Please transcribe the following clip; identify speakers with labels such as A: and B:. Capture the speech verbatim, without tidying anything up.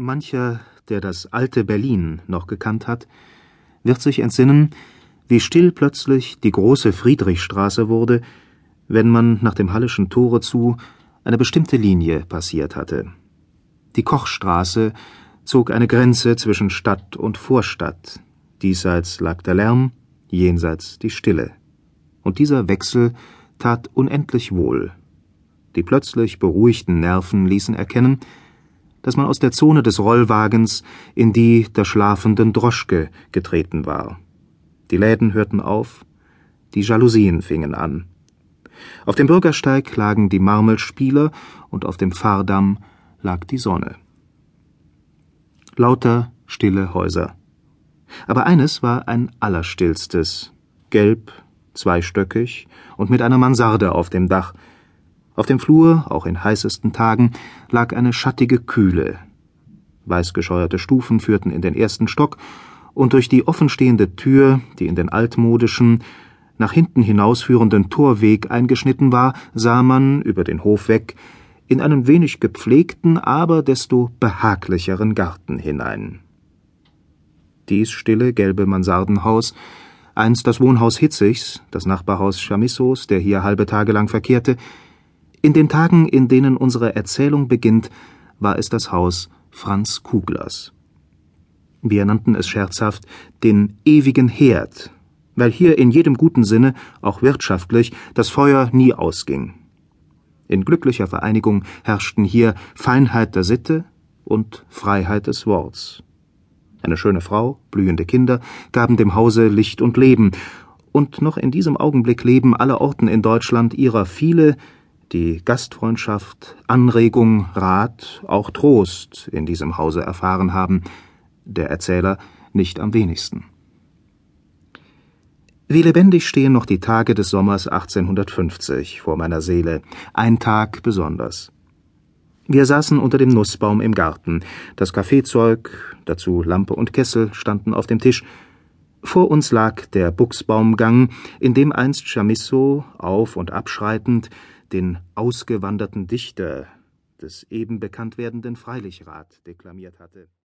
A: Mancher, der das alte Berlin noch gekannt hat, wird sich entsinnen, wie still plötzlich die große Friedrichstraße wurde, wenn man nach dem Halleschen Tore zu eine bestimmte Linie passiert hatte. Die Kochstraße zog eine Grenze zwischen Stadt und Vorstadt. Diesseits lag der Lärm, jenseits die Stille. Und dieser Wechsel tat unendlich wohl. Die plötzlich beruhigten Nerven ließen erkennen, dass man aus der Zone des Rollwagens in die der schlafenden Droschke getreten war. Die Läden hörten auf, die Jalousien fingen an. Auf dem Bürgersteig lagen die Marmelspieler und auf dem Fahrdamm lag die Sonne. Lauter stille Häuser. Aber eines war ein allerstillstes, gelb, zweistöckig und mit einer Mansarde auf dem Dach. Auf dem Flur, auch in heißesten Tagen, lag eine schattige Kühle. Weißgescheuerte Stufen führten in den ersten Stock, und durch die offenstehende Tür, die in den altmodischen, nach hinten hinausführenden Torweg eingeschnitten war, sah man, über den Hof weg, in einen wenig gepflegten, aber desto behaglicheren Garten hinein. Dies stille, gelbe Mansardenhaus, einst das Wohnhaus Hitzigs, das Nachbarhaus Chamissos, der hier halbe Tage lang verkehrte. In den Tagen, in denen unsere Erzählung beginnt, war es das Haus Franz Kuglers. Wir nannten es scherzhaft den ewigen Herd, weil hier in jedem guten Sinne, auch wirtschaftlich, das Feuer nie ausging. In glücklicher Vereinigung herrschten hier Feinheit der Sitte und Freiheit des Worts. Eine schöne Frau, blühende Kinder gaben dem Hause Licht und Leben, und noch in diesem Augenblick leben allerorten in Deutschland ihrer viele, die Gastfreundschaft, Anregung, Rat, auch Trost in diesem Hause erfahren haben, der Erzähler nicht am wenigsten. Wie lebendig stehen noch die Tage des Sommers achtzehnhundertfünfzig vor meiner Seele, ein Tag besonders. Wir saßen unter dem Nussbaum im Garten, das Kaffeezeug, dazu Lampe und Kessel, standen auf dem Tisch. Vor uns lag der Buchsbaumgang, in dem einst Chamisso, auf- und abschreitend, den ausgewanderten Dichter des eben bekannt werdenden Freilichrath deklamiert hatte.